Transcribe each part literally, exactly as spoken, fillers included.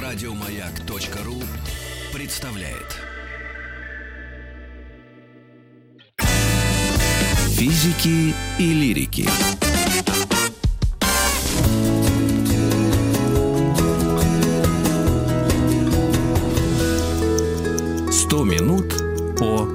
Радиомаяк.ру представляет Физики и лирики. Сто минут по...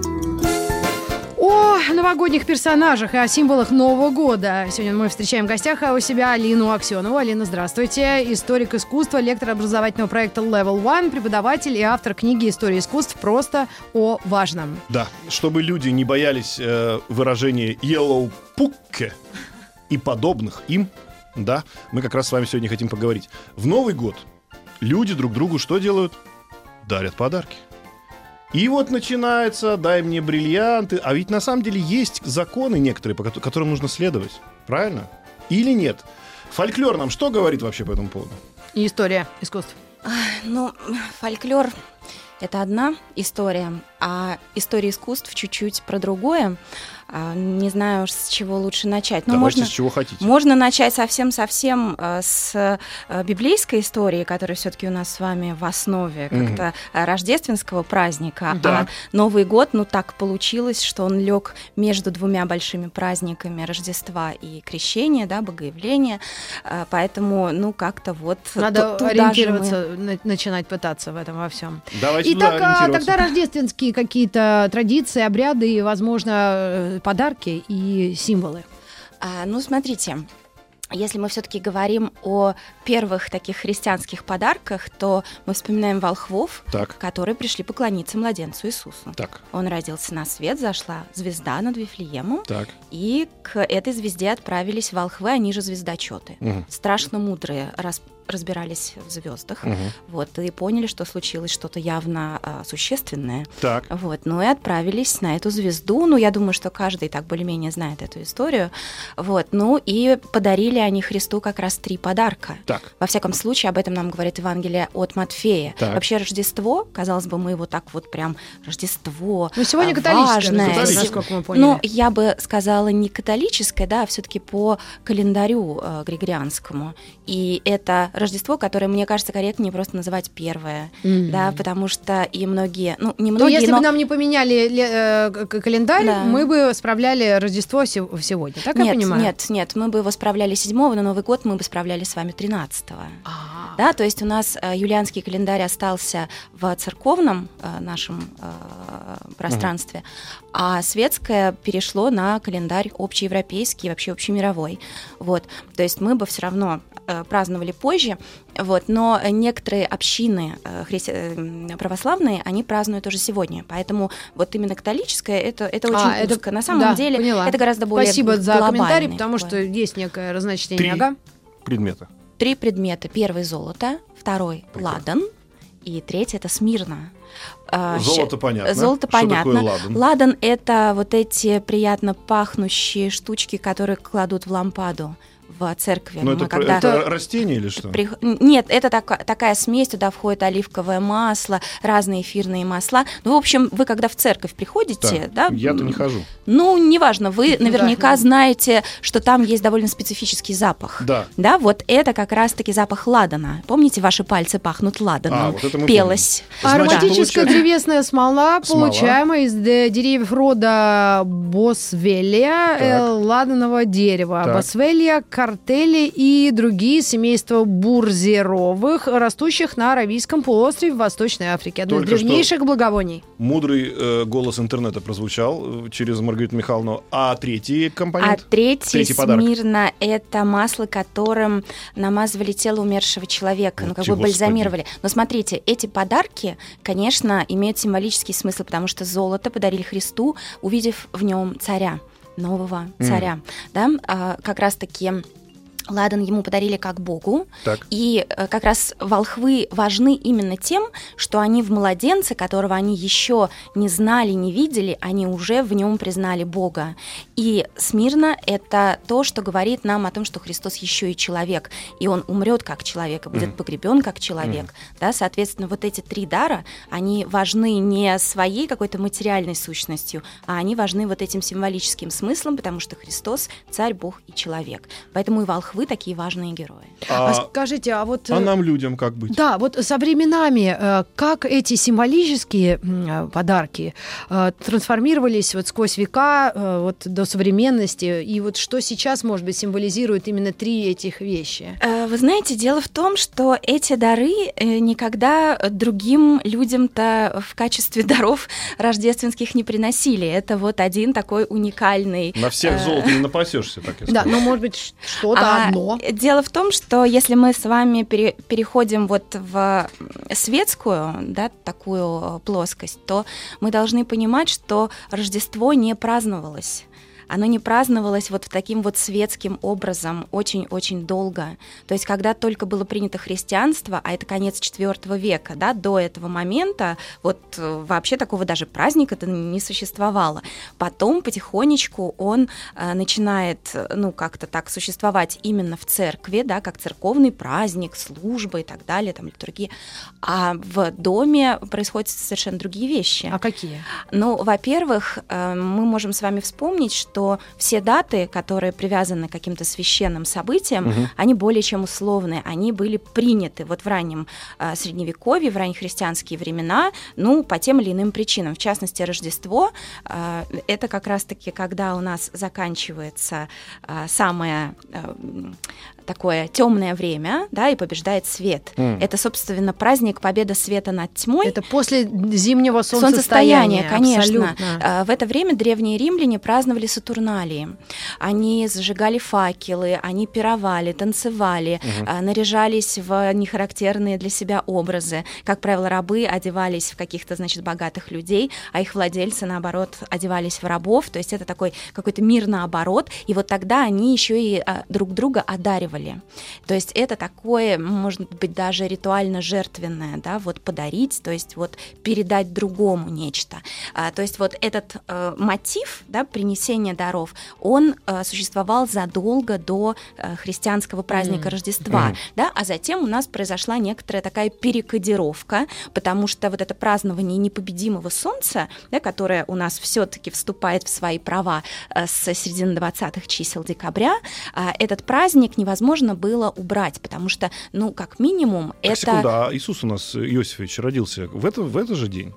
О новогодних персонажах и о символах Нового года. Сегодня мы встречаем в гостях у себя Алину Аксенову. Алина, здравствуйте. Историк искусства, лектор образовательного проекта Level One, преподаватель и автор книги «История искусств. Просто о важном». Да, чтобы люди не боялись э, выражения «yellow пукке» и подобных им, да, мы как раз с вами сегодня хотим поговорить. В Новый год люди друг другу что делают? Дарят подарки. И вот начинается «дай мне бриллианты». А ведь на самом деле есть законы некоторые, по которым нужно следовать. Правильно? Или нет? Фольклор нам что говорит вообще по этому поводу? И история искусств. Ну, фольклор — это одна история, а история искусств чуть-чуть про другое. Не знаю, с чего лучше начать. Но Давайте можно, с чего хотите. Можно начать совсем-совсем с библейской истории, которая все-таки у нас с вами в основе mm-hmm. как-то рождественского праздника. Да. А Новый год, ну так получилось, что он лег между двумя большими праздниками Рождества и Крещения, да, Богоявления. Поэтому, ну как-то вот... Надо туда ориентироваться, мы... начинать пытаться в этом во всем. Давайте Итак, туда тогда рождественские какие-то традиции, обряды и, возможно, подарки и символы. А, ну, смотрите, если мы все-таки говорим о первых таких христианских подарках, то мы вспоминаем волхвов, так. которые пришли поклониться младенцу Иисусу. Так. Он родился на свет, зашла звезда над Вифлеемом, так. и к этой звезде отправились волхвы, они же звездочеты. Угу. Страшно мудрые, рас... разбирались в звездах, угу. вот, и поняли, что случилось что-то явно а, существенное. Так. Вот, ну и отправились на эту звезду. Ну, я думаю, что каждый так более-менее знает эту историю. Вот, ну и подарили они Христу как раз три подарка. Так. Во всяком случае, об этом нам говорит Евангелие от Матфея. Так. Вообще Рождество, казалось бы, мы его так вот прям Рождество. Ну, сегодня католическое, католическое, насколько мы поняли. Ну, я бы сказала не католическое, да, а все-таки по календарю э, григорианскому. И это Рождество, которое, мне кажется, корректнее просто называть первое, mm-hmm. да, потому что и многие, ну, не многие, то если но... бы нам не поменяли э, календарь, да. мы бы справляли Рождество сегодня, так нет, я понимаю? Нет, нет, мы бы его справляли седьмого, но Новый год мы бы справляли с вами тринадцатого. А-а-а. Да, то есть у нас э, юлианский календарь остался в церковном э, нашем э, пространстве, mm-hmm. а светское перешло на календарь общеевропейский, вообще общемировой. Вот, то есть мы бы все равно э, праздновали позже, вот, но некоторые общины э, христи... э, православные, они празднуют уже сегодня, поэтому вот именно католическое это, это очень а, узко. Это, На самом да, деле поняла. это гораздо более Спасибо за комментарий, такой. потому что есть некое разночтение. Три ага. предмета. Три предмета. Первый — золото, второй — ладан, и третий — это смирна. Золото понятно. Золото Что понятно. такое ладан? Ладан — это вот эти приятно пахнущие штучки, которые кладут в лампаду в церкви. Но Мы это, когда... это растение или что? При... Нет, это так, такая смесь, туда входит оливковое масло, разные эфирные масла. Ну, в общем, вы когда в церковь приходите, да, да, я-то не хожу. Ну, неважно, вы наверняка да. знаете, что там есть довольно специфический запах. Да. Да, вот это как раз-таки запах ладана. Помните, ваши пальцы пахнут ладаном? А, вот это мы Пелось. А ароматическая получается... древесная смола, смола, получаемая из деревьев рода Босвелия, э, ладанового дерева. Так. Босвелия, картели и другие семейства бурзеровых, растущих на Аравийском полуострове в Восточной Африке. Одно из Только древнейших что благовоний. Мудрый э, голос интернета прозвучал через Маргариту Михайловну. А третий компонент? А третий, третий подарок. смирно, это масло, которым намазывали тело умершего человека, Вот ну как те, бы бальзамировали. Господи. Но смотрите, эти подарки, конечно, имеют символический смысл, потому что золото подарили Христу, увидев в нем царя, нового царя. Mm. Да? А, как раз-таки... Ладан ему подарили как богу, так. и э, как раз волхвы важны именно тем, что они в младенце, которого они еще не знали, не видели, они уже в нем признали Бога. И смирно — это то, что говорит нам о том, что Христос еще и человек, и он умрет как человек, и будет mm. погребен как человек. Mm. Да, соответственно, вот эти три дара, они важны не своей какой-то материальной сущностью, а они важны вот этим символическим смыслом, потому что Христос — царь, Бог и человек. Поэтому и волхвы волхвы такие важные герои. А, А, скажите, а вот... а э, нам, людям, как быть? Да, вот со временами, э, как эти символические м, э, подарки э, трансформировались вот сквозь века э, вот до современности, и вот что сейчас, может быть, символизирует именно три этих вещи? Э, Вы знаете, дело в том, что эти дары э, никогда другим людям-то в качестве даров рождественских не приносили. Это вот один такой уникальный... На всех э, золото не напасешься, так я Да, скажу. ну, может быть, ш- что-то А, одно. Дело в том, что если мы с вами пере- переходим вот в светскую, да, такую плоскость, то мы должны понимать, что Рождество не праздновалось. Оно не праздновалось вот таким вот светским образом очень-очень долго. То есть когда только было принято христианство, а это конец четвёртого века, да, до этого момента вот э, вообще такого даже праздника-то не существовало. Потом потихонечку он э, начинает, э, ну, как-то так существовать именно в церкви, да, как церковный праздник, служба и так далее, там, литургия. А в доме происходят совершенно другие вещи. А какие? Ну, во-первых, э, мы можем с вами вспомнить, что все даты, которые привязаны к каким-то священным событиям, Мгм. они более чем условные, они были приняты вот в раннем э, Средневековье, в раннехристианские времена, ну, по тем или иным причинам. В частности, Рождество э, — это как раз-таки, когда у нас заканчивается э, самое э, такое темное время, да, и побеждает свет. М. Это, собственно, праздник победы света над тьмой. Это после зимнего Солнцестояние, солнцестояния, конечно. абсолютно. А, В это время древние римляне праздновали Сатурналии. Они зажигали факелы, они пировали, танцевали, Мгм. а, наряжались в нехарактерные для себя образы. Как правило, рабы одевались в каких-то, значит, богатых людей, а их владельцы, наоборот, одевались в рабов. То есть это такой какой-то мир наоборот. И вот тогда они еще и а, друг друга одаривали. То есть это такое, может быть, даже ритуально жертвенное, да, вот подарить, то есть вот передать другому нечто. А, то есть вот этот э, мотив, да, принесения даров, он э, существовал задолго до э, христианского праздника Мгм. Рождества, Мгм. да, а затем у нас произошла некоторая такая перекодировка, потому что вот это празднование непобедимого солнца, да, которое у нас все-таки вступает в свои права э, с середины двадцатых чисел декабря, а, этот праздник невозможно было убрать, потому что, ну, как минимум, Так, это... секунду, а Иисус у нас, Иосифович, родился в, это, в этот же день?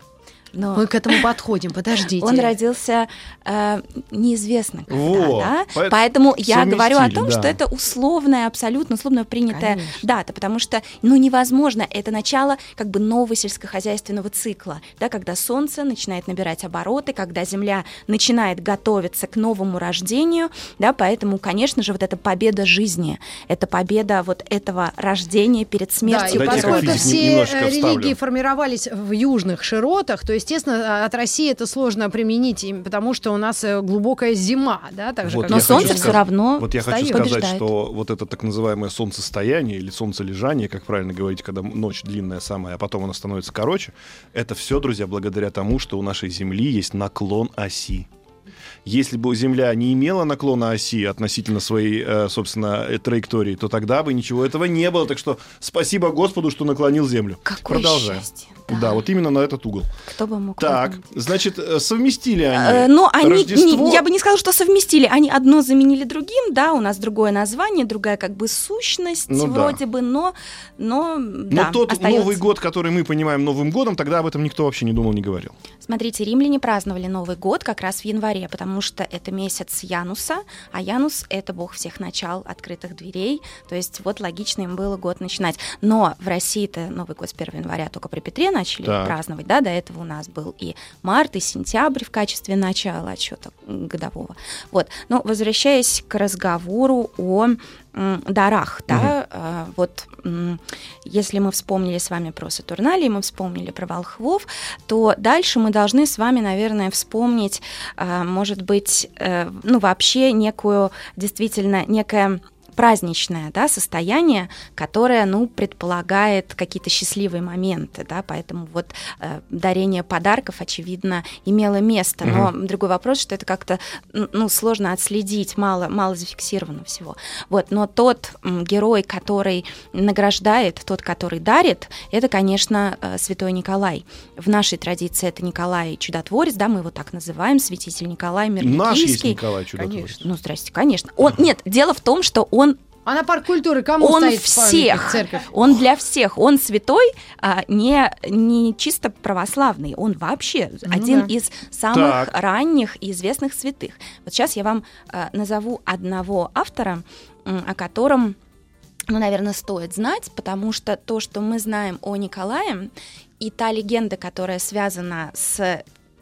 Но Мы к этому подходим, подождите. он родился э, неизвестно когда, Вот, да? поэт- Поэтому я говорю о совместили, том, да. что это условная, абсолютно условно принятая Конечно. дата, потому что, ну, невозможно, это начало как бы нового сельскохозяйственного цикла, да, когда солнце начинает набирать обороты, когда земля начинает готовиться к новому рождению, да, поэтому, конечно же, вот эта победа жизни, это победа вот этого рождения перед Да, смертью. и Дайте я поскольку физик все немножечко э, вставлю. религии формировались в южных широтах, то, естественно, от России это сложно применить, им- потому что у нас э, глубокая зима, да, так же, Вот как Но я и хочу солнце Украина. все равно Вот я хочу встаёт, сказать, побеждает. что вот это так называемое солнцестояние или солнцележание, как правильно говорить, когда ночь длинная самая, а потом она становится короче, это все, друзья, благодаря тому, что у нашей Земли есть наклон оси. Если бы Земля не имела наклона оси относительно своей, э, собственно, э, траектории, то тогда бы ничего этого не было. Так что спасибо Господу, что наклонил Землю. Какое Продолжаем. счастье. Да, вот именно на этот угол. Кто бы мог Так, подумать. значит, э, совместили Э, они Но они, Рождество. не- я бы не сказала, что совместили, они одно заменили другим, да, у нас другое название, другая как бы сущность Ну да. вроде бы, но, но, Но да, тот остаётся. Новый год, который мы понимаем Новым годом, тогда об этом никто вообще не думал, не говорил. Смотрите, римляне праздновали Новый год как раз в январе, потому что это месяц Януса, а Янус — это бог всех начал, открытых дверей, то есть вот логично им было год начинать. Но в России-то Новый год с первого января только при Петре начали Так. праздновать, да, до этого у нас был и март, и сентябрь в качестве начала отчета годового. Вот, но возвращаясь к разговору о м, дарах, да, а, вот м, если мы вспомнили с вами про Сатурналии, мы вспомнили про волхвов, то дальше мы должны с вами, наверное, вспомнить, а, может быть, э, ну, вообще некую, действительно, некое праздничное, да, состояние, которое, ну, предполагает какие-то счастливые моменты, да, поэтому вот э, дарение подарков, очевидно, имело место, но другой вопрос, что это как-то, ну, сложно отследить, мало, мало зафиксировано всего, вот, но тот м, герой, который награждает, тот, который дарит, это, конечно, э, святой Николай. В нашей традиции это Николай Чудотворец, да, мы его так называем, святитель Николай Наш есть Мирникийский. Николай Чудотворец. Конечно. Ну, здрасте, конечно. Он, нет, дело в том, что он А на парк культуры кому Он стоит всех, церковь? он для всех, он святой, а, не, не чисто православный, он вообще Ну один да. из самых Так. ранних и известных святых. Вот сейчас я вам а, назову одного автора, м, о котором, ну, наверное, стоит знать, потому что то, что мы знаем о Николае, и та легенда, которая связана с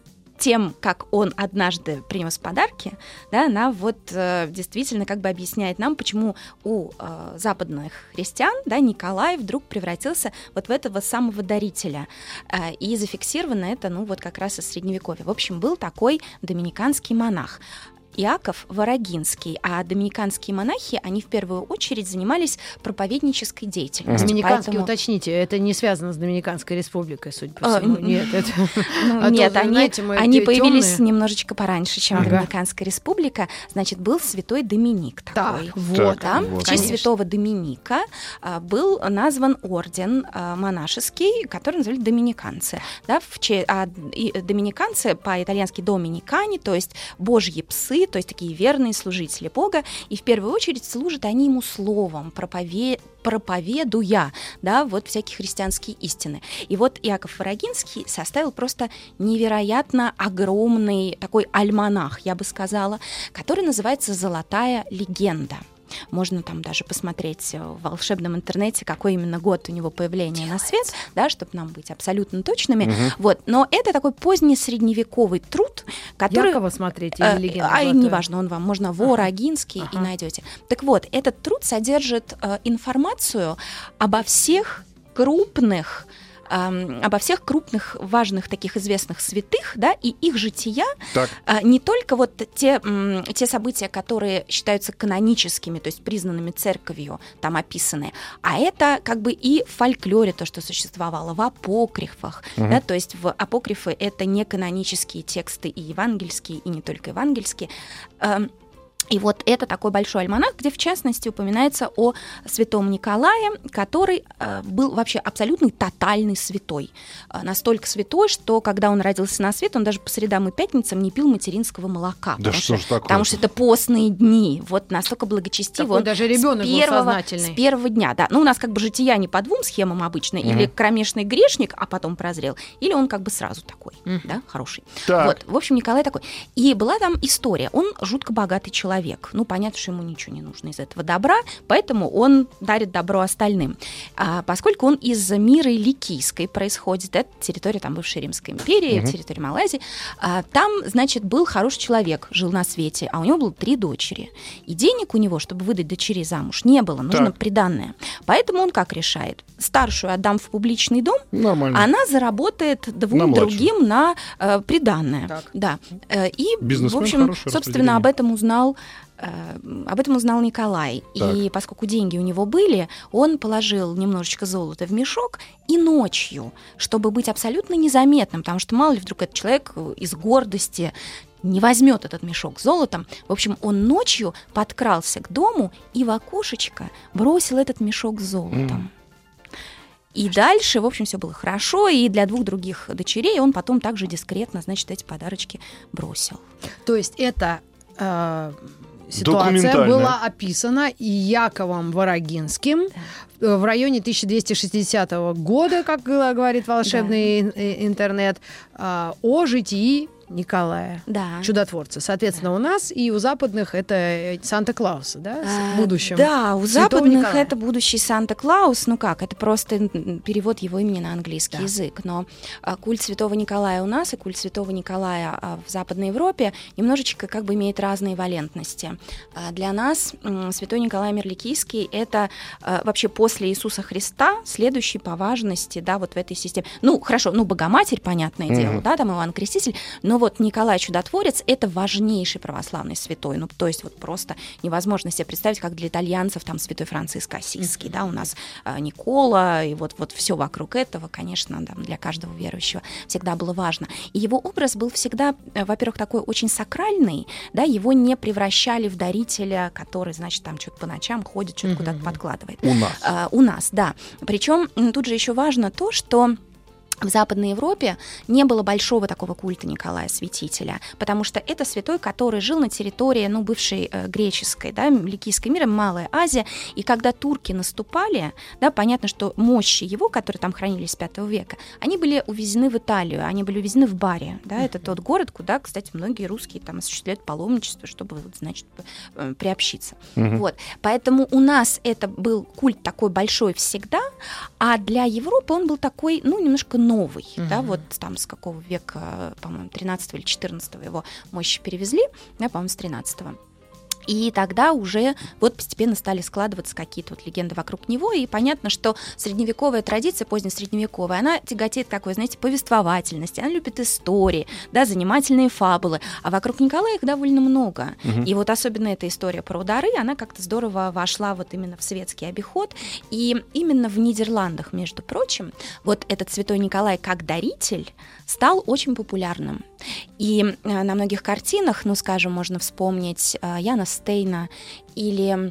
тем, как он однажды принес подарки, да, она вот э, действительно как бы объясняет нам, почему у э, западных христиан, да, Николай вдруг превратился вот в этого самого дарителя. Э, и зафиксировано это, ну, вот как раз из Средневековья. В общем, был такой доминиканский монах Иаков Ворогинский, а доминиканские монахи, они в первую очередь занимались проповеднической деятельностью. Доминиканский, поэтому- уточните, это не связано с Доминиканской республикой, судя по А, всему. м, Нет, это... Ну, А то, нет, вы они, знаете, мы они те- появились тёмные. немножечко пораньше, чем Ага. Доминиканская республика. Значит, был святой Доминик такой. Так, вот. Да? вот. В честь Конечно. святого Доминика а, был назван орден а, монашеский, который называли доминиканцы. Да, в че- а, и доминиканцы по-итальянски доминикани, то есть божьи псы, то есть такие верные служители Бога, и в первую очередь служат они ему словом, пропове- проповедуя, да, вот всякие христианские истины. И вот Иаков Ворогинский составил просто невероятно огромный такой альманах, я бы сказала, который называется «Золотая легенда». Можно там даже посмотреть в волшебном интернете, какой именно год у него появления на свет, да, чтобы нам быть абсолютно точными. Мгм. Вот. Но это такой поздний средневековый труд, который... Якова смотрите, Э, или легенда а золотая? неважно, он вам, можно Ворогинский и Ага. найдете. Так вот, этот труд содержит э, информацию обо всех крупных эм, обо всех крупных, важных таких известных святых, да, и их жития, Так. а, не только вот те, м, те события, которые считаются каноническими, то есть признанными церковью, там описаны, а это как бы и в фольклоре то, что существовало, в апокрифах, Мгм. да, то есть в апокрифы это не канонические тексты и евангельские, и не только евангельские. Эм, И вот это такой большой альманах, где в частности упоминается о святом Николае, который э, был вообще абсолютный тотальный святой. Э, настолько святой, что когда он родился на свет, он даже по средам и пятницам не пил материнского молока. Да потому что ж такое? Потому что это постные дни. Вот настолько благочестивый. Такой Он даже ребенок с был первого, сознательный. С первого дня, да. Ну, у нас как бы жития не по двум схемам обычно. Мгм. Или кромешный грешник, а потом прозрел. Или он как бы сразу такой, Мгм. да, хороший. Так. Вот, в общем, Николай такой. И была там история. Он жутко богатый человек. Ну, понятно, что ему ничего не нужно из этого добра, поэтому он дарит добро остальным. А, поскольку он из мира Ликийской происходит, это территория там бывшей Римской империи, Мгм. территория Малайзии, а, там, значит, был хороший человек, жил на свете, а у него было три дочери. И денег у него, чтобы выдать дочерей замуж, не было, нужно Так. приданное. Поэтому он как решает? Старшую отдам в публичный дом, Нормально. она заработает двум На младшую. другим на э, приданное. Так. Да. Э, и, в Бизнесмен, общем, хорошее собственно, об распределение. этом узнал э, об этом узнал Николай. Так. И поскольку деньги у него были, он положил немножечко золота в мешок и ночью, чтобы быть абсолютно незаметным, потому что мало ли вдруг этот человек из гордости не возьмет этот мешок с золотом. В общем, он ночью подкрался к дому и в окошечко бросил этот мешок с золотом. И дальше, в общем, все было хорошо, и для двух других дочерей он потом также дискретно, значит, эти подарочки бросил. То есть это э, ситуация Документальная. была описана и Яковом Ворогинским э, в районе тысяча двести шестидесятого года, как г- говорит волшебный ин- э, интернет, э, о житии Николая, Да. чудотворца. Соответственно, у нас и у западных это э, Санта-Клауса, да, А, в будущем. Да, у Святого западных Николая. это будущий Санта-Клаус. Ну как, это просто м, перевод его имени на английский Да. язык. Но а, культ Святого Николая у нас и культ Святого Николая а, в Западной Европе немножечко как бы имеет разные валентности. А, для нас м, Святой Николай Мирликийский — это а, вообще после Иисуса Христа следующий по важности, да, вот в этой системе. Ну, хорошо, ну, Богоматерь, понятное Мгм. дело, да, там Иоанн Креститель, но вот Николай Чудотворец — это важнейший православный святой. Ну, то есть вот просто невозможно себе представить, как для итальянцев там святой Франциск Ассизский, да, у нас а, Никола, и вот, вот все вокруг этого, конечно, да, для каждого верующего всегда было важно. И его образ был всегда, э, во-первых, такой очень сакральный, да, его не превращали в дарителя, который, значит, там что-то по ночам ходит, что-то Мгм. куда-то подкладывает. У нас. А, у нас, да. Причем м, тут же еще важно то, что в Западной Европе не было большого такого культа Николая Святителя, потому что это святой, который жил на территории, ну, бывшей э, греческой, да, Ликийской мира, Малая Азия, и когда турки наступали, да, понятно, что мощи его, которые там хранились с пятого века, они были увезены в Италию, они были увезены в Бари, да, это тот город, куда, кстати, многие русские там осуществляют паломничество, чтобы, вот, значит, приобщиться. Mm-hmm. Вот, поэтому у нас это был культ такой большой всегда, а для Европы он был такой, ну, немножко новый, uh-huh. да, вот там с какого века, по-моему, тринадцатого или четырнадцатого его мощи перевезли, да, по-моему, с тринадцатого. И тогда уже вот постепенно стали складываться какие-то вот легенды вокруг него, и понятно, что средневековая традиция, позднесредневековая, она тяготеет такой, знаете, повествовательности, она любит истории, да, занимательные фабулы, а вокруг Николая их довольно много. Угу. И вот особенно эта история про дары, она как-то здорово вошла вот именно в светский обиход, и именно в Нидерландах, между прочим, вот этот святой Николай как даритель стал очень популярным. И на многих картинах, ну, скажем, можно вспомнить Яна Стейна или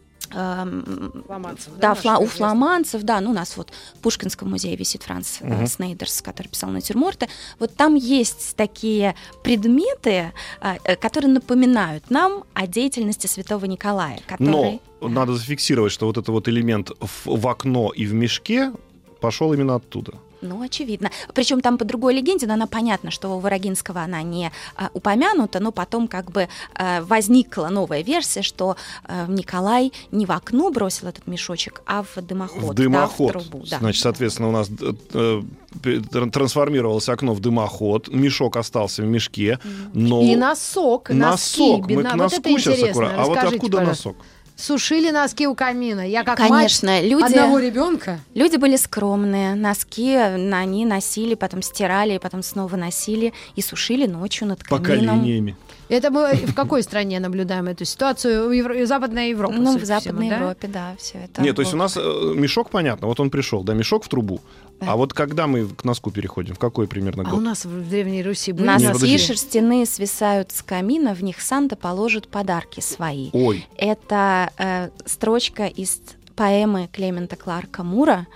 Фламанцев, да, да, фла, у фламандцев, да, ну, у нас вот в Пушкинском музее висит Франц uh-huh. Снейдерс, который писал натюрморты. Вот там есть такие предметы, которые напоминают нам о деятельности святого Николая. Который... Но надо зафиксировать, что вот этот вот элемент в, в окно и в мешке пошел именно оттуда. Ну, очевидно. Причем там по другой легенде, но она понятно, что у Варагинского она не а, упомянута, но потом как бы а, возникла новая версия, что а, Николай не в окно бросил этот мешочек, а в дымоход. В дымоход. Да, в трубу, да. Значит, соответственно, у нас э, э, трансформировалось окно в дымоход, мешок остался в мешке, но... И носок, носок. носки. Мы к носку вот сейчас интересно. аккуратно. А вот откуда пожалуйста. носок? Сушили носки у камина. Я как Конечно, мать люди, одного ребенка. Люди были скромные. Носки они носили, потом стирали, потом снова носили и сушили ночью над камином. Поколениями. Это мы в какой стране наблюдаем эту ситуацию? В Евро... Западная Европа. Ну, в Западной всему, Европе, да, да все это. Нет, то есть у нас э, мешок, понятно, вот он пришел, да, мешок в трубу. Да. А вот когда мы к носку переходим, в какой примерно год? А у нас в Древней Руси были носки подожди. шерстяные свисают с камина, в них Санта положит подарки свои. Ой. Это э, строчка из поэмы Клемента Кларка Мура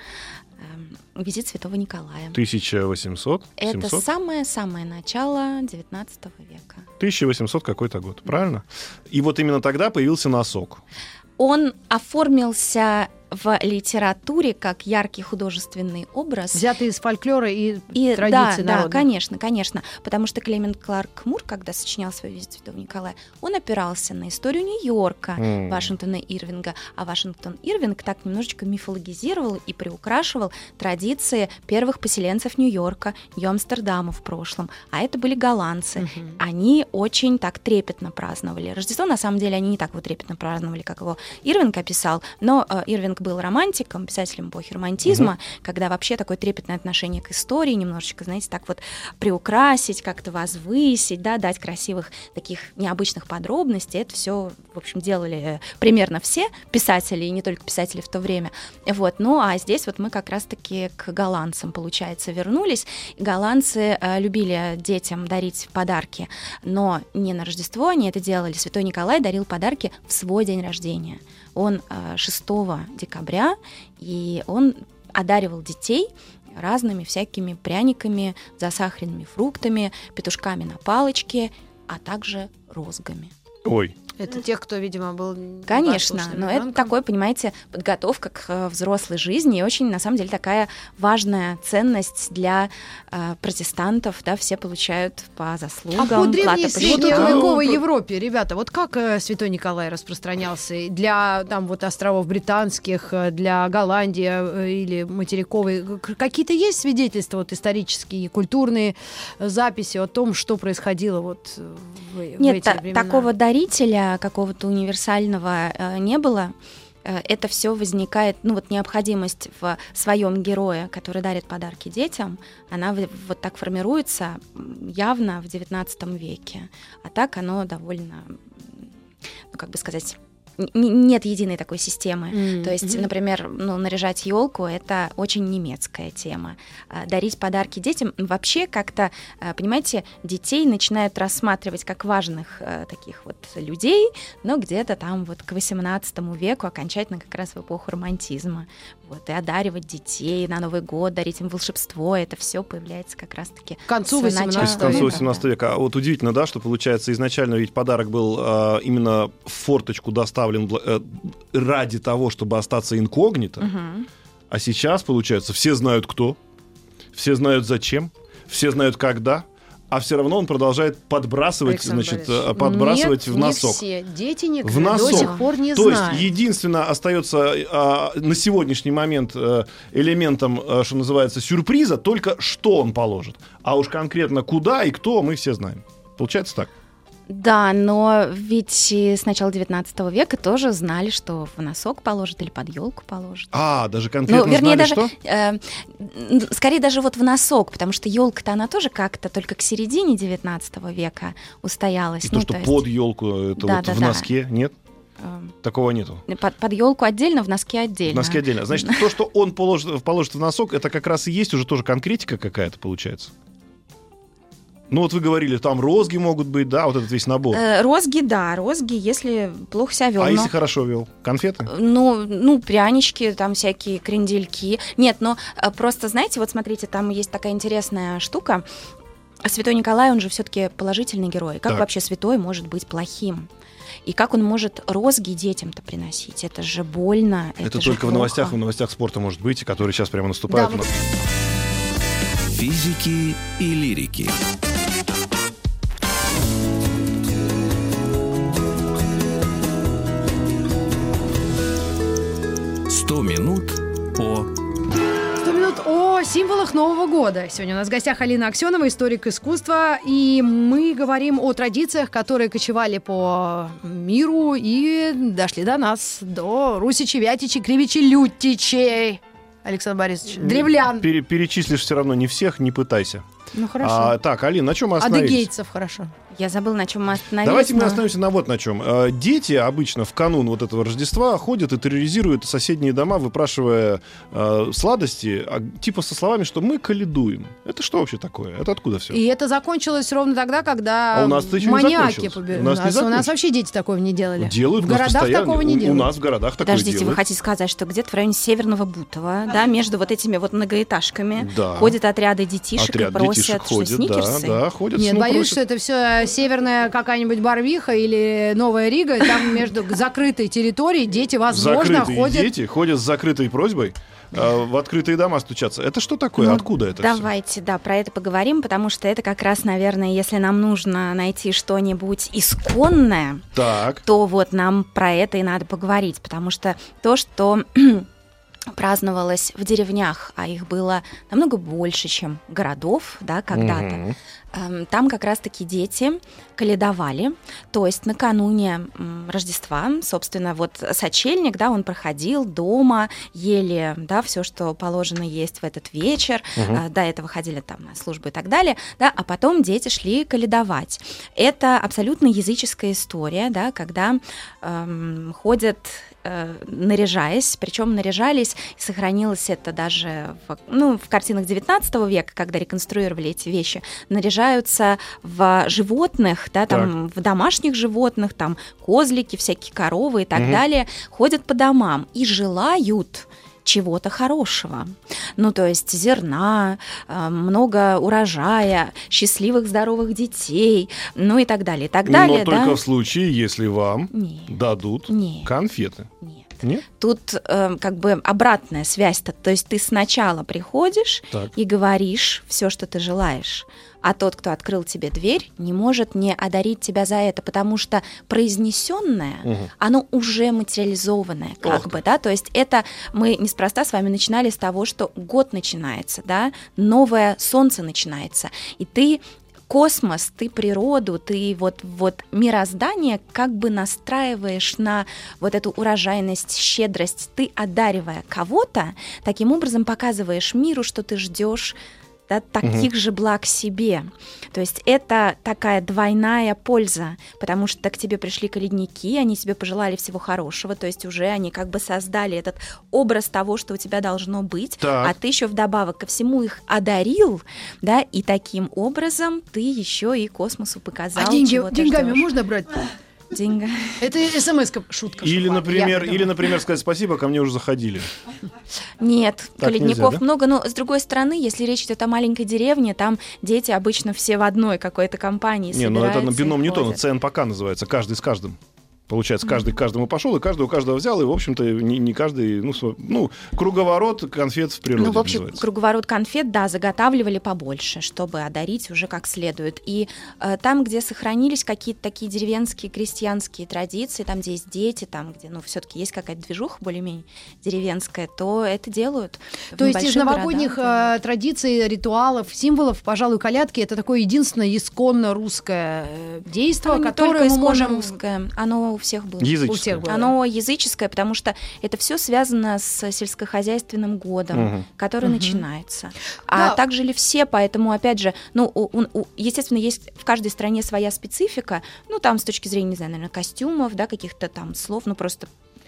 «Визит святого Николая». тысяча восемьсот? Это семьсот? самое-самое начало девятнадцатого века. тысяча восемьсот какой-то год, правильно? И вот именно тогда появился носок. Он оформился в литературе как яркий художественный образ. Взятый из фольклора и, и традиций да, народных. Да, конечно, конечно. Потому что Клемент Кларк Мур, когда сочинял свой «Визит святого Николая», он опирался на историю Нью-Йорка, mm. Вашингтона Ирвинга. А Вашингтон Ирвинг так немножечко мифологизировал и приукрашивал традиции первых поселенцев Нью-Йорка, Нью-Амстердама в прошлом. А это были голландцы. Mm-hmm. Они очень так трепетно праздновали Рождество. На самом деле они не так вот трепетно праздновали, как его Ирвинг описал, но э, Ирвинг был романтиком, писателем эпохи романтизма, uh-huh. когда вообще такое трепетное отношение к истории, немножечко, знаете, так вот приукрасить, как-то возвысить, да, дать красивых таких необычных подробностей. Это все, в общем, делали примерно все писатели, и не только писатели в то время. Вот. Ну, а здесь вот мы как раз-таки к голландцам, получается, вернулись. Голландцы э, любили детям дарить подарки, но не на Рождество они это делали. Святой Николай дарил подарки в свой день рождения. Он шестого декабря, и он одаривал детей разными всякими пряниками, засахаренными фруктами, петушками на палочке, а также розгами. Ой. Это тех, кто, видимо, был... Конечно, но это такой, понимаете, подготовка к взрослой жизни, и очень, на самом деле, такая важная ценность для э, протестантов, да, все получают по заслугам. А по древней плата средневековой Европе, ребята, вот как э, святой Николай распространялся для там вот островов британских, для Голландии э, или материковой? Какие-то есть свидетельства вот исторические, культурные записи о том, что происходило вот в, Нет, в эти та- времена? такого дарителя какого-то универсального э, не было. Э, это все возникает, ну вот необходимость в своем герое, который дарит подарки детям, она в, вот так формируется явно в девятнадцатом веке. А так оно довольно, ну как бы сказать, нет единой такой системы. Mm-hmm. То есть, например, ну, наряжать елку — это очень немецкая тема. Дарить подарки детям вообще как-то, понимаете, детей начинают рассматривать как важных таких вот людей, но где-то там вот к восемнадцатому веку, окончательно как раз в эпоху романтизма. Вот, и одаривать детей на Новый год, дарить им волшебство, это все появляется как раз-таки к концу восемнадцатого века. К концу восемнадцатого века. А вот удивительно, да, что получается изначально ведь подарок был э, именно в форточку доставлен э, ради того, чтобы остаться инкогнито, угу. А сейчас, получается, все знают кто, все знают зачем, все знают когда, а все равно он продолжает подбрасывать, Александр значит, Борисович, подбрасывать нет, в носок. Не все дети некоторые в носок. до сих пор не То знают. есть единственно остается а, на сегодняшний момент а, элементом, а, что называется, сюрприза, только что он положит. А уж конкретно куда и кто, мы все знаем. Получается так. Да, но ведь с начала девятнадцатого века тоже знали, что в носок положат или под елку положат. А, даже конкретно ну, вернее, знали, даже, что? Э, скорее даже вот в носок, потому что елка-то она тоже как-то только к середине девятнадцатого века устоялась. И ну, то, что то есть... под елку, это да, вот да, в да. носке, нет? Такого нету. Под, под елку отдельно, в носке отдельно. В носке отдельно. Значит, то, что он положит, положит в носок, это как раз и есть уже тоже конкретика какая-то, получается. Ну вот вы говорили, там розги могут быть, да, вот этот весь набор. Э, розги, да, розги, если плохо себя вел. А но... если хорошо вел? Конфеты? Ну, ну, прянички, там всякие крендельки. Нет, но просто, знаете, вот смотрите, там есть такая интересная штука. Святой Николай, он же все-таки положительный герой. Как так. вообще святой может быть плохим? И как он может розги детям-то приносить? Это же больно, это, это же только плохо. в новостях, в новостях спорта может быть, которые сейчас прямо наступают. Да, у нас. Физики и лирики. Сто минут по... сто минут о символах Нового года. Сегодня у нас в гостях Алина Аксенова, историк искусства, и мы говорим о традициях, которые кочевали по миру и дошли до нас, до русичей, вятичей, кривичей, лютичей. Александр Борисович, древлян. Пере- перечислишь все равно не всех, не пытайся. Ну хорошо. А, так, Алин, на чем мы остановились? Адыгейцев, хорошо. Я забыла, на чем мы остановились. Давайте мы но... остановимся на вот на чем. Э, Дети обычно в канун вот этого Рождества ходят и терроризируют соседние дома, выпрашивая э, сладости, а, типа со словами, что мы каледуем. Это что вообще такое? Это откуда все? И это закончилось ровно тогда, когда А у нас-то еще не маньяки закончилось. побежали. У нас не у нас закончилось. вообще дети такого не делали. Делают в у нас городах постоянно. такого не у, делают. у нас в городах такое Подождите, делают. вы хотите сказать, что где-то в районе Северного Бутова, да, между вот этими вот многоэтажками Да. ходят отряды детишек Отряд и просят детишек что, ходит, сникерсы? да, да, ходят. Нет, ну, боюсь, просят. что это все северная какая-нибудь Барвиха или Новая Рига. Там между закрытой территорией дети, возможно, Закрытые ходят... дети ходят с закрытой просьбой э, в открытые дома стучаться. Это что такое? Ну, Откуда это всё? Давайте, да, про это поговорим, потому что это как раз, наверное, если нам нужно найти что-нибудь исконное, Так. то вот нам про это и надо поговорить, потому что то, что праздновалось в деревнях, а их было намного больше, чем городов, да, когда-то. Мгм. Эм, Там как раз-таки дети каледовали, то есть накануне м, Рождества, собственно, вот сочельник, да, он проходил дома, ели, да, все, что положено есть в этот вечер, Мгм. а, до этого ходили там на службу и так далее, да, а потом дети шли каледовать. Это абсолютно языческая история, да, когда эм, ходят э, наряжаясь, причем наряжались, и сохранилось это даже в, ну, в картинах девятнадцатого века, когда реконструировали эти вещи, наряжаются в животных, да, там, в домашних животных, там козлики, всякие коровы и так Мгм. далее, ходят по домам и желают чего-то хорошего. Ну, то есть зерна, э, много урожая, счастливых, здоровых детей, ну и так далее, и так далее, Но да? только в случае, если вам Нет. дадут Нет. конфеты. Нет. Нет? Тут э, как бы обратная связь-то. То есть ты сначала приходишь Так. и говоришь все, что ты желаешь, а тот, кто открыл тебе дверь, не может не одарить тебя за это, потому что произнесенное, Мгм. оно уже материализованное, как Ох бы, да, то есть это мы неспроста с вами начинали с того, что год начинается, да, новое солнце начинается, и ты космос, ты природу, ты вот, вот мироздание как бы настраиваешь на вот эту урожайность, щедрость. Ты, одаривая кого-то, таким образом показываешь миру, что ты ждешь да, таких Мгм. же благ себе. То есть это такая двойная польза, потому что к тебе пришли коледники, они тебе пожелали всего хорошего, то есть уже они как бы создали этот образ того, что у тебя должно быть, Так. а ты еще вдобавок ко всему их одарил, да, и таким образом ты еще и космосу показал, А деньги, чего ты деньгами ждёшь. можно брать? Деньги. Это смс-ка, шутка. Или, шутка. например, Я или, например, сказать спасибо, ко мне уже заходили. Нет, Так коледников нельзя, да? много, но с другой стороны, если речь идет о маленькой деревне, там дети обычно все в одной какой-то компании Не, ну это на собираются и бином Ньютона, ходят. Ц Н П К называется, каждый с каждым. Получается, каждый к каждому пошел, и каждый у каждого взял, и, в общем-то, не, не каждый, ну, со- ну, круговорот конфет в природе Ну, в общем, называется. круговорот конфет, да, заготавливали побольше, чтобы одарить уже как следует. И э, там, где сохранились какие-то такие деревенские крестьянские традиции, там, где есть дети, там, где, ну, все-таки есть какая-то движуха более-менее деревенская, то это делают. в То есть из небольших новогодних городах. э, традиций, ритуалов, символов, пожалуй, колядки — это такое единственное исконно русское э, действо, Оно не которое только мы исконно можем... русское, оно у всех было. Языческое. У всех было. Оно языческое, потому что это все связано с сельскохозяйственным годом, Мгм. который Мгм. начинается. Да. А также ли все, поэтому, опять же, ну, у- у- у- естественно, есть в каждой стране своя специфика, ну, там, с точки зрения, не знаю, наверное, костюмов, да, каких-то там слов, ну, просто...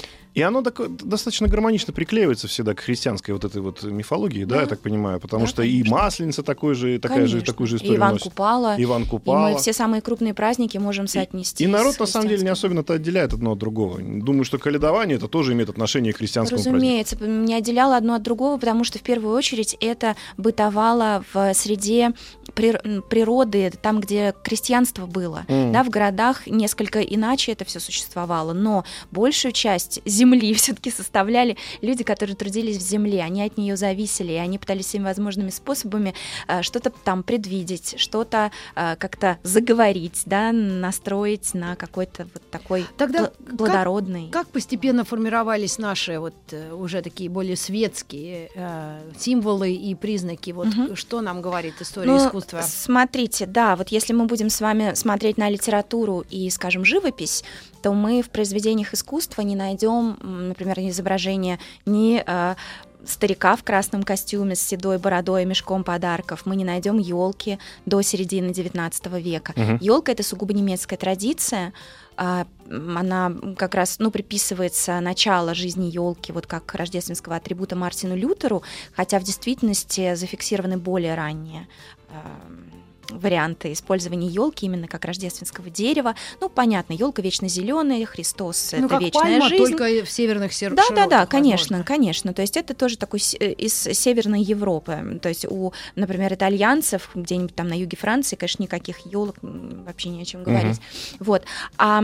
И оно такое, достаточно гармонично приклеивается всегда к христианской вот этой вот мифологии, да, Да. я так понимаю, потому Да, что и конечно. Масленица такой же, такая же, Конечно. такую же И историю Иван носит. Купала, Иван и Купала. мы все самые крупные праздники можем соотнести. И народ, с на самом деле, не христианским. особенно-то отделяет одно от другого. Думаю, что коледование это тоже имеет отношение к христианскому празднику. Разумеется, не отделяло одно от другого, потому что в первую очередь это бытовало в среде прир- природы, там, где крестьянство было. Мгм. Да, в городах несколько иначе это все существовало, но большую часть земли все-таки составляли люди, которые трудились в земле, они от нее зависели, и они пытались всеми возможными способами э, что-то там предвидеть, что-то э, как-то заговорить, да, настроить на какой-то вот такой Тогда пл- как- плодородный. Как постепенно формировались наши вот э, уже такие более светские э, символы и признаки? Вот Мгм. что нам говорит история Ну, искусства? Смотрите, да, вот если мы будем с вами смотреть на литературу и, скажем, живопись, то мы в произведениях искусства не найдем, м, например, изображение ни э, старика в красном костюме с седой бородой и мешком подарков. Мы не найдем елки до середины девятнадцатого века. Мгм. Елка — это сугубо немецкая традиция. а, м, Она как раз, ну, приписывается начало жизни елки вот как рождественского атрибута Мартину Лютеру, хотя в действительности зафиксированы более ранние эм, варианты использования елки именно как рождественского дерева. Ну, понятно, елка вечно зеленая, Христос Ну, это как вечная пальма, жизнь. только в северных сер- Да, да, да, широтах, конечно, возможно. конечно. То есть это тоже такой с- э, из Северной Европы. То есть у, например, итальянцев где-нибудь там на юге Франции, конечно, никаких елок вообще не о чем говорить. Вот. А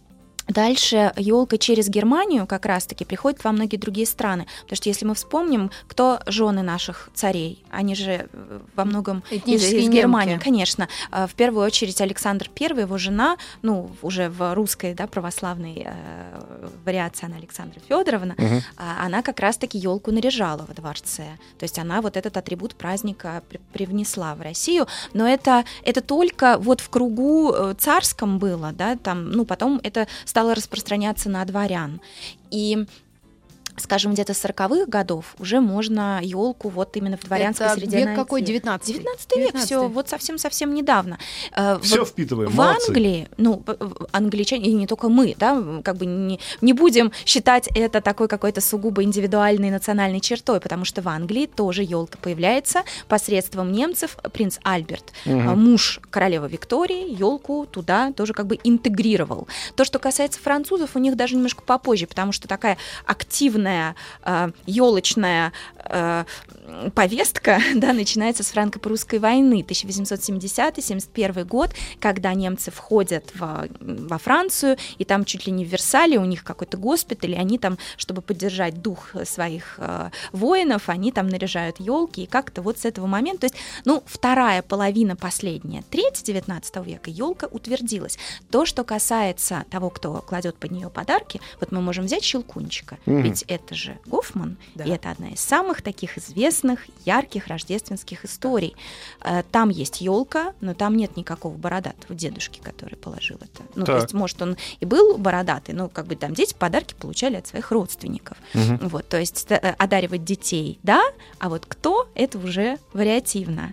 дальше елка через Германию как раз-таки приходит во многие другие страны. Потому что если мы вспомним, кто жены наших царей, они же э, во многом из, Этнические из немки. Германии, конечно. А, В первую очередь Александр Первый, его жена, ну, уже в русской, да, православной э, вариации она Александра Федоровна, Мгм. а, она как раз-таки елку наряжала во дворце. То есть она вот этот атрибут праздника при- привнесла в Россию. Но это, это только вот в кругу э, царском было, да, там, ну, потом это стало распространяться на дворян. И скажем, где-то с сороковых годов уже можно елку вот именно в дворянской Это среде век найти. какой? девятнадцатый? девятнадцатый век, все вот совсем-совсем недавно. Э, Все вот впитываем, в молодцы. Англии, ну, п- в- англичане, и не только мы, да, как бы не, не будем считать это такой какой-то сугубо индивидуальной национальной чертой, потому что в Англии тоже елка появляется посредством немцев. Принц Альберт, Мгм. э, муж королевы Виктории, елку туда тоже как бы интегрировал. То, что касается французов, у них даже немножко попозже, потому что такая активная елочная повестка, да, начинается с франко-прусской войны тысяча восемьсот семидесятый — семьдесят первый год, когда немцы входят во, во Францию, и там чуть ли не в Версале у них какой-то госпиталь, и они там, чтобы поддержать дух своих э, воинов, они там наряжают елки, и как-то вот с этого момента, то есть, ну, вторая половина, последняя, треть девятнадцатого века, елка утвердилась. То, что касается того, кто кладет под нее подарки, вот мы можем взять щелкунчика, Мгм. ведь это же Гофман, Да. и это одна из самых таких известных, ярких рождественских историй. Там есть елка, но там нет никакого бородатого дедушки, который положил это. Ну, Так. то есть, может, он и был бородатый, но как бы там дети подарки получали от своих родственников. Мгм. Вот, то есть одаривать детей, да, а вот кто, это уже вариативно.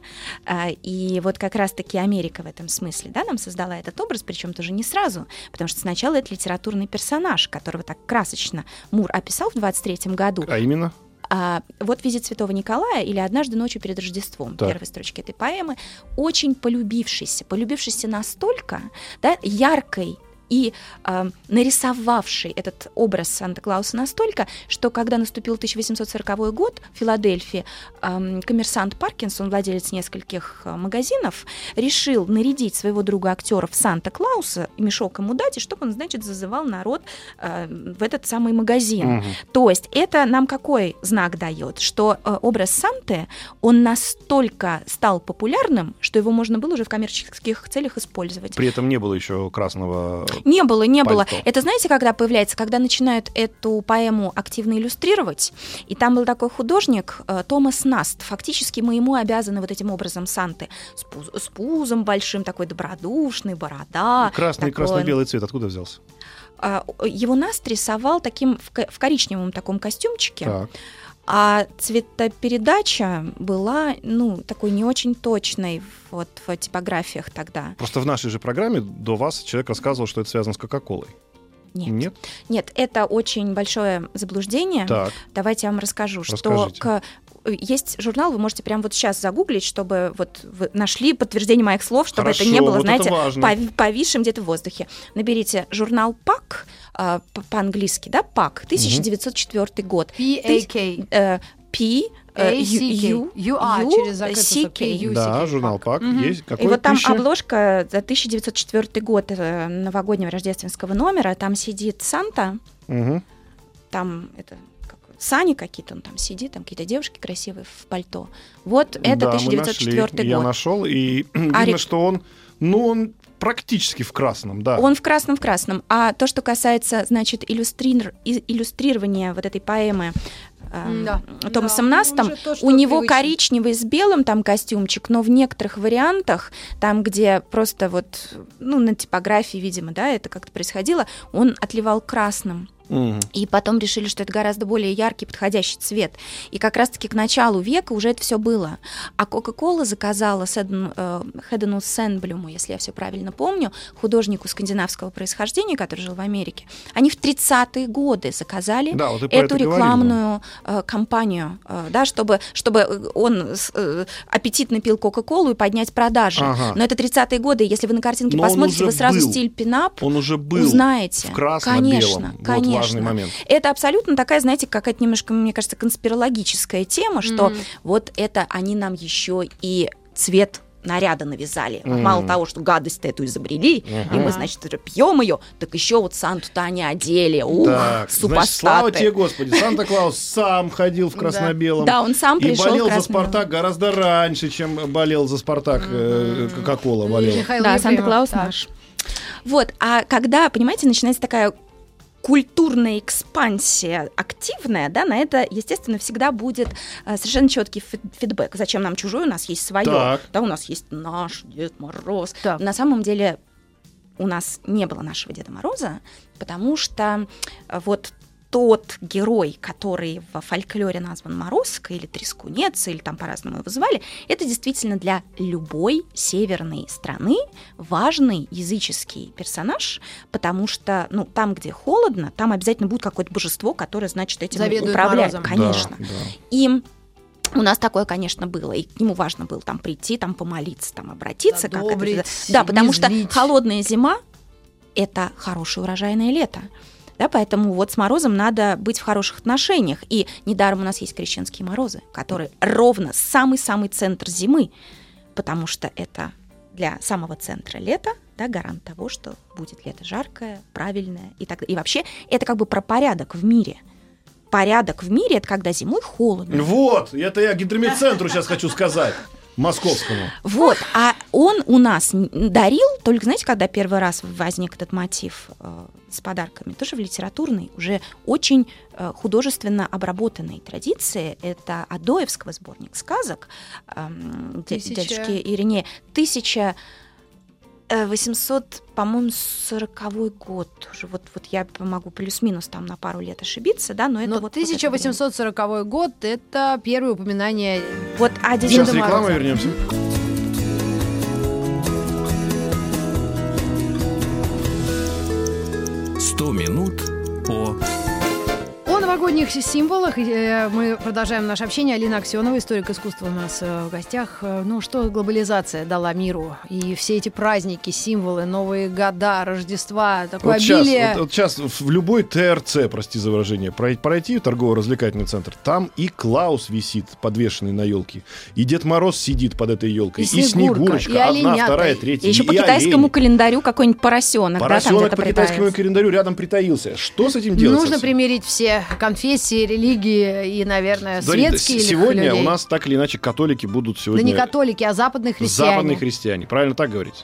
И вот как раз-таки Америка в этом смысле, да, нам создала этот образ, причем тоже не сразу, потому что сначала это литературный персонаж, которого так красочно Мур описал в двадцать третьем году. А именно? А, вот «Визит святого Николая» или «Однажды ночью перед Рождеством», Так. первые строчки этой поэмы, очень полюбившийся, полюбившийся настолько, да, яркой и э, нарисовавший этот образ Санта-Клауса настолько, что когда наступил тысяча восемьсот сороковой год в Филадельфии, э, коммерсант Паркинсон, владелец нескольких э, магазинов, решил нарядить своего друга-актера в Санта-Клауса и мешок ему дать, и чтобы он, значит, зазывал народ э, в этот самый магазин. Мгм. То есть это нам какой знак дает? Что э, образ Санты, он настолько стал популярным, что его можно было уже в коммерческих целях использовать. При этом не было еще красного... Не было, не было. Пальто. Это знаете, когда появляется? Когда начинают эту поэму активно иллюстрировать, и там был такой художник э, Томас Наст. Фактически мы ему обязаны вот этим образом Санты. С, пуз- с пузом большим, такой добродушный, борода. Красный, такой- красно-белый цвет откуда взялся? А, его Наст рисовал таким в, ко- в коричневом таком костюмчике. Так. А цветопередача была, ну, такой не очень точной вот в типографиях тогда. Просто в нашей же программе до вас человек рассказывал, что это связано с Кока-Колой. Нет. Нет? Нет, это очень большое заблуждение. Так. Давайте я вам расскажу, что Расскажите. к... есть журнал, вы можете прямо вот сейчас загуглить, чтобы вот вы нашли подтверждение моих слов, чтобы Хорошо, это не было, вот это знаете, важно. пови- повисшим где-то в воздухе. Наберите журнал пак, э, по- по-английски, да, пак, тысяча девятьсот четвёртый год. P A K. Э, P, э, A C K. U, U, а, U, через закрытую C, скобку. K. U, Да, C K, журнал пак. «Пак» Мгм. есть. Какой И вот там тысяча? обложка за тысяча девятьсот четвёртый год э, новогоднего рождественского номера, там сидит Санта, Мгм. там это как, сани какие-то, он там сидит, там какие-то девушки красивые в пальто. Вот это Да, мы тысяча девятьсот четвёртый нашли. Я год. нашел, и видно, ре- что он, ну, он практически в красном, да. Он в красном в красном. А то, что касается, значит, иллюстрир- и- иллюстрирования вот этой поэмы эм, Да. Томасом Да, Настом, уже то, что у него привычно. коричневый с белым там костюмчик, но в некоторых вариантах, там, где просто вот, ну, на типографии, видимо, да, это как-то происходило, он отливал красным. Мгм. И потом решили, что это гораздо более яркий, подходящий цвет. И как раз-таки к началу века уже это все было. А Кока-Кола заказала Седен, э, Хедену Сенблюму, если я все правильно помню, художнику скандинавского происхождения, который жил в Америке. Они в тридцатые годы заказали Да, вот и про эту это говорили, рекламную э, кампанию, э, да, чтобы, чтобы он с- э, аппетитно пил Кока-Колу и поднять продажи. Ага. Но это тридцатые годы, и если вы на картинке Но он посмотрите, уже вы сразу был. стиль пинап Он уже был узнаете. в красно-белом. Конечно, Вот конечно. важный момент. Это абсолютно такая, знаете, какая-то немножко, мне кажется, конспирологическая тема, что Мгм. вот это они нам еще и цвет наряда навязали. Мгм. Мало того, что гадость эту изобрели, и Мгм. мы, значит, пьем ее, так еще вот Санту-то они одели. Ух, Так, значит, слава супостаты. тебе, Господи, Санта-Клаус сам ходил в красно-белом. Да, он сам И пришел болел в за красном. «Спартак» гораздо раньше, чем болел за «Спартак» э, Кока-Кола. болел. Михаил Да, Ефремов. Санта-Клаус Так. наш. Вот, а когда, понимаете, начинается такая культурная экспансия активная, да, на это, естественно, всегда будет э, совершенно четкий фи- фидбэк. Зачем нам чужое, у нас есть свое. Так. Да, у нас есть наш Дед Мороз. Так. На самом деле у нас не было нашего Деда Мороза, потому что э, вот тот герой, который в фольклоре назван Морозко или Трескунец, или там по-разному его звали, это действительно для любой северной страны важный языческий персонаж, потому что, ну, там, где холодно, там обязательно будет какое-то божество, которое, значит, этим Заведует управляет. морозом. Конечно. Да, да. И у нас такое, конечно, было, и к нему важно было там прийти, там помолиться, там обратиться. Как это, Одобрить, да, потому не что злить. холодная зима – это хорошее урожайное лето. Да, поэтому вот с морозом надо быть в хороших отношениях. И недаром у нас есть крещенские морозы, которые ровно самый-самый центр зимы, потому что это для самого центра лета, да, гарант того, что будет лето жаркое, правильное и так далее. И вообще это как бы про порядок в мире. Порядок в мире – это когда зимой холодно. Вот, это я гидрометцентру сейчас хочу сказать. Московскому. Вот, а он у нас дарил, только, знаете, когда первый раз возник этот мотив э, с подарками, тоже в литературной, уже очень э, художественно обработанной традиции. Это Адоевского сборник сказок э, Тысяча... дядюшки Иринея. Тысяча восемьсот, по-моему, сороковой год уже. Вот, вот я могу плюс-минус там на пару лет ошибиться, да, но это но вот... тысяча восемьсот сороковой год — это первое упоминание. Вот, а Сейчас реклама, вернемся. сто минут по... О новогодних символах мы продолжаем наше общение. Алина Аксенова, историк искусства, у нас в гостях. Ну, что глобализация дала миру? И все эти праздники, символы, Новые года, Рождества, такое вот обилие. Сейчас, вот, вот сейчас в любой ТРЦ, прости за выражение, пройти в торгово-развлекательный центр, там и Клаус висит, подвешенный на елке, и Дед Мороз сидит под этой елкой, и, и Снегурочка, и одна, вторая, третья. И еще и по китайскому олень. календарю какой-нибудь поросенок. Поросенок да, там по китайскому календарю рядом притаился. Что с этим делать? Нужно совсем? примирить все конфессии, религии и, наверное, Смотри, светские сегодня людей. у нас так или иначе католики будут сегодня... Да не католики, а западные христиане. Западные христиане, правильно так говорить?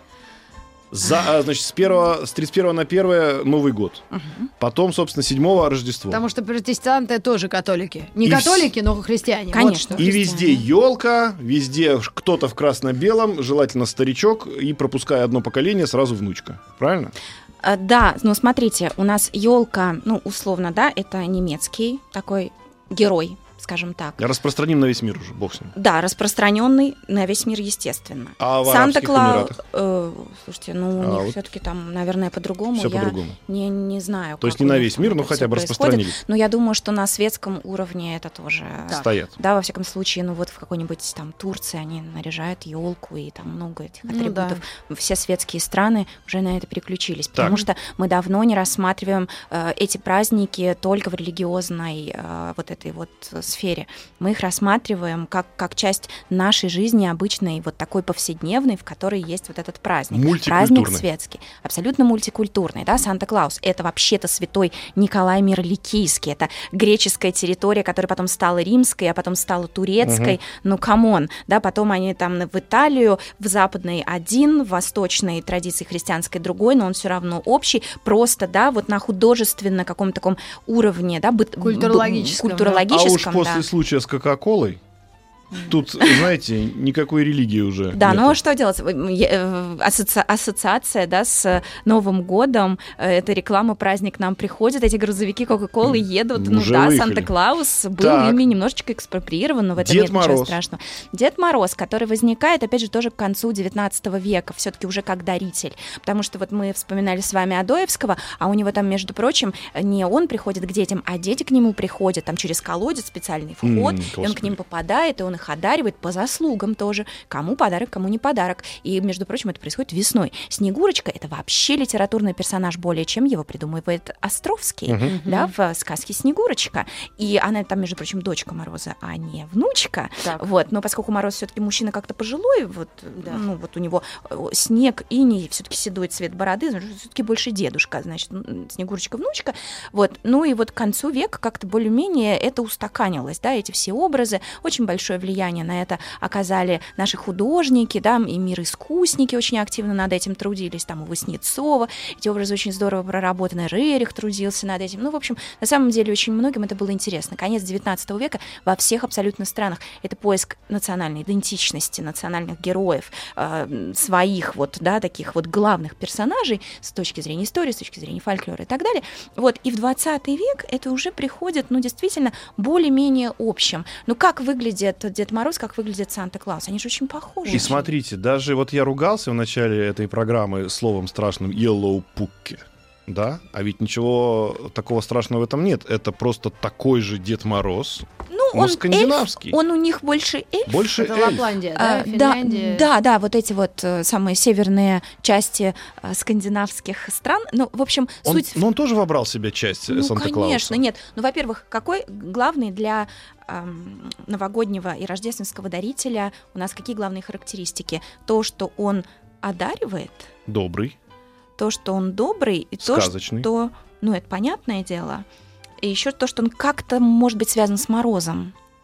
За, значит, с, первого, с тридцать первого на первое Новый год. Угу. Потом, собственно, седьмого Рождество. Потому что протестанты тоже католики. Не И католики, но христиане. Конечно. Вот И что. везде елка, везде кто-то в красно-белом, желательно старичок, и пропуская одно поколение, сразу внучка. Правильно? Да, ну смотрите, у нас елка, ну условно, да, это немецкий такой герой, скажем так. Распространим на весь мир уже, бог с ним. Да, распространенный на весь мир, естественно. А в Санта Арабских Клаус, Эмиратах? э, слушайте, ну у А них вот все-таки там, наверное, по-другому. Все Я по-другому. Не, не знаю. То есть как не у на них весь там мир, но это хотя всё бы происходит. распространили. Но я думаю, что на светском уровне это тоже... Да. Стоят. Да, во всяком случае, ну вот в какой-нибудь там Турции они наряжают елку и там много этих Ну атрибутов. Все светские страны уже на это переключились, Так. потому что мы давно не рассматриваем э, эти праздники только в религиозной э, вот этой вот сфере. Мы их рассматриваем как, как часть нашей жизни обычной, вот такой повседневной, в которой есть вот этот праздник. Мультикультурный. Праздник светский. Абсолютно мультикультурный, да, Санта-Клаус. Это вообще-то святой Николай Мирликийский. Это греческая территория, которая потом стала римской, а потом стала турецкой. Угу. Ну, камон, да, потом они там в Италию, в западной один, в восточной традиции христианской другой, но он все равно общий, просто, да, вот на художественно каком-то таком уровне, да, быт, Культурологическом, культурологическом, А уж после да. случая с Кока-Колой, тут, знаете, никакой религии уже Да, нету. ну а что делать? Асоци... Ассоциация, да, с Новым годом, это реклама, праздник нам приходит, эти грузовики Кока-Колы едут, ну Уже да, выехали. Санта-Клаус был Так. ими немножечко экспроприирован, но в этом Дед нет ничего Мороз. страшного. Дед Мороз, который возникает, опять же, тоже к концу девятнадцатого века, все-таки уже как даритель, потому что вот мы вспоминали с вами Адоевского, а у него там, между прочим, не он приходит к детям, а дети к нему приходят, там через колодец специальный вход, М, и он господи. к ним попадает, и он их одаривает по заслугам тоже. Кому подарок, кому не подарок. И, между прочим, это происходит весной. Снегурочка — это вообще литературный персонаж, более чем его придумывает Островский, Мгм. да, в сказке «Снегурочка». И она там, между прочим, дочка Мороза, а не внучка. Так. Вот. Но поскольку Мороз все-таки мужчина как-то пожилой, вот, Да. ну, вот у него э, снег, иней, все-таки седой цвет бороды, все-таки больше дедушка, значит, м, Снегурочка внучка. Вот. Ну и вот к концу века как-то более-менее это устаканилось, да, эти все образы. Очень большое влияние на это оказали наши художники, да, и мир-искусники очень активно над этим трудились, там у Васнецова, эти образы очень здорово проработаны, Рерих трудился над этим. Ну, в общем, на самом деле очень многим это было интересно. Конец девятнадцатого века во всех абсолютно странах это поиск национальной идентичности, национальных героев, э, своих вот, да, таких вот главных персонажей с точки зрения истории, с точки зрения фольклора и так далее. Вот, и в двадцатый век это уже приходит, ну, действительно, более-менее общим. Ну, как выглядит Дед Мороз, как выглядит Санта-Клаус? Они же очень похожи. И смотрите, даже вот я ругался в начале этой программы словом страшным «yellow пукки», да? А ведь ничего такого страшного в этом нет. Это просто такой же Дед Мороз, Ну, но он скандинавский. эльф, он у них больше эльф. Больше Это эльф. Лапландия, да, А, Финляндия. да, да, вот эти вот э, самые северные части э, скандинавских стран. Ну, в общем, Он, суть... но он тоже вобрал в себя часть э, Ну, Санта-Клауса. конечно, нет. Ну, во-первых, какой главный для эм, новогоднего и рождественского дарителя у нас какие главные характеристики? То, что он одаривает, Добрый, то, что он добрый, и то, сказочный. что, ну, это понятное дело, и еще то, что он как-то может быть связан с Морозом.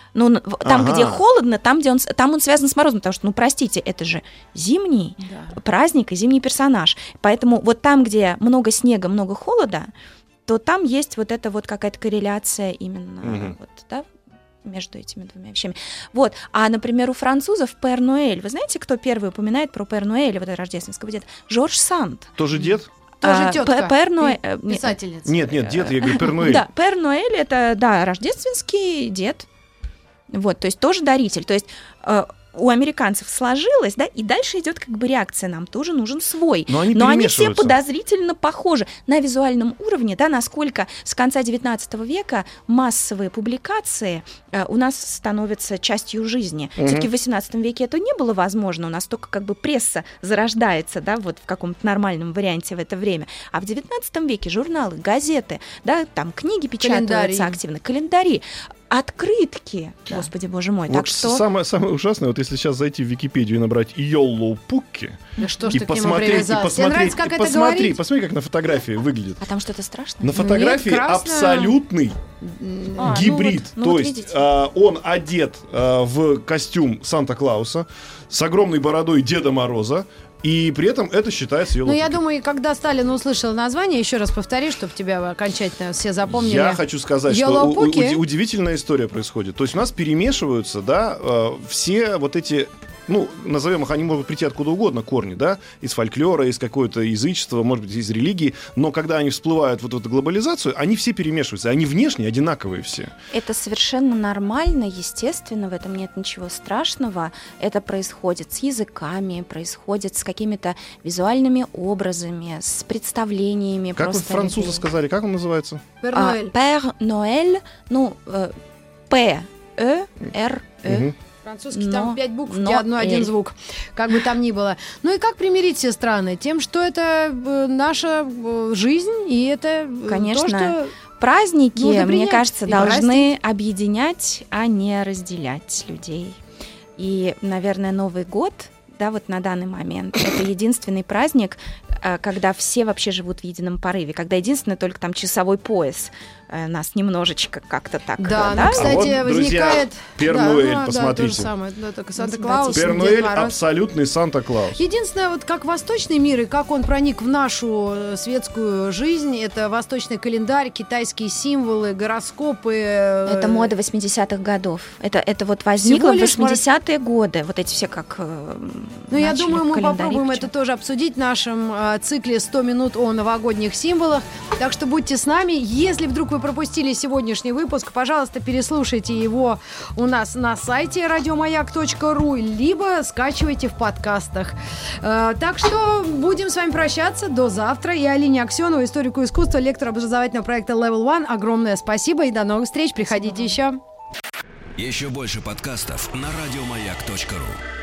Ну, там, Ага. где холодно, там, где он, там он связан с морозом, потому что, ну, простите, это же зимний Да. праздник и зимний персонаж. Поэтому вот там, где много снега, много холода, то там есть вот эта вот какая-то корреляция именно Мгм. вот, да, между этими двумя вещами. Вот. А, например, у французов Пэр Нуэль. Вы знаете, кто первый упоминает про Пэр Нуэля, вот этого рождественского деда? Жорж Санд. Тоже дед? Тоже А, тетка. Пэ- Пэр Нуэль- Пи- э, нет. Писательница. Нет, нет, дед, я говорю, Пер Нуэль. Да, Пэр Нуэль — это, да, рождественский дед. Вот, то есть тоже даритель. То есть э, у американцев сложилось, да, и дальше идет как бы реакция, нам тоже нужен свой. Но они Но они все перемешиваются. подозрительно похожи на визуальном уровне, да, насколько с конца девятнадцатого века массовые публикации э, у нас становятся частью жизни. Мгм. Все-таки в восемнадцатом веке это не было возможно, у нас только как бы пресса зарождается, да, вот в каком-то нормальном варианте в это время. А в девятнадцатом веке журналы, газеты, да, там книги печатаются Календари. активно, календари, открытки, господи боже мой. Вот Так что самое, самое ужасное, вот если сейчас зайти в Википедию и набрать Йоллоу Пукки, Да что ж и ты к нему посмотреть, и привязался? Тебе посмотреть, нравится, как и это посмотри, говорить? посмотри, как на фотографии выглядит. А там что-то страшное? На фотографии красное. абсолютный А, ну гибрид. вот, ну То вот есть видите. а, он одет а, в костюм Санта-Клауса с огромной бородой Деда Мороза, и при этом это считается Ну, Йоллоу я Пукки. думаю, когда Сталин услышал название, еще раз повтори, чтобы тебя окончательно все запомнили. Я хочу сказать, что Yellow у- у- Puki? уди- удивительная история происходит. То есть у нас перемешиваются, да, э, все вот эти, ну, назовем их, они могут прийти откуда угодно, корни, да, из фольклора, из какого-то язычества, может быть, из религии, но когда они всплывают вот в эту глобализацию, они все перемешиваются, они внешне одинаковые все. Это совершенно нормально, естественно, в этом нет ничего страшного. Это происходит с языками, происходит с какими-то визуальными образами, с представлениями. Как вы просто французы людей. сказали, как он называется? Пер А, Ноэль. Пэр Ноэль, ну, э, П, Э, Р, Э. Мгм. Французский Но- там пять букв, но и одно, один эль. звук. Как бы там ни было. Ну и как примирить все страны? Тем, что это э, наша э, жизнь, и это э, Конечно. то, что... Праздники, Нужно мне принять кажется, и должны объединять, а не разделять людей. И, наверное, Новый год, да, вот на данный момент, это единственный праздник, э, когда все вообще живут в едином порыве, когда единственное только там часовой пояс э, нас немножечко как-то так, Да, э, ну, кстати, А вот, друзья, возникает... Пер да, Ноэль, ну, да, посмотрите. то же самое. Да, только Санта-Клаус, Пер Дед Ноэль Мороз. абсолютный Санта-Клаус. Единственное, вот как восточный мир и как он проник в нашу э, светскую жизнь, это восточный календарь, китайские символы, гороскопы. э, Это мода восьмидесятых годов. Это, это вот возникло в лишь мар- восьмидесятые годы. Вот эти все как э, Ну, я начали думаю, в мы календаре попробуем печатать. это тоже обсудить в нашем э, цикле сто минут о новогодних символах. Так что будьте с нами. Если вдруг вы пропустили сегодняшний выпуск, пожалуйста, переслушайте его у нас на сайте радиомаяк точка ру, либо скачивайте в подкастах. Э, так что будем с вами прощаться. До завтра. И Алине Аксеновой, историку искусства, лектору образовательного проекта Level One, огромное спасибо и до новых встреч. Приходите еще. Еще больше подкастов на радиомаяк точка ру.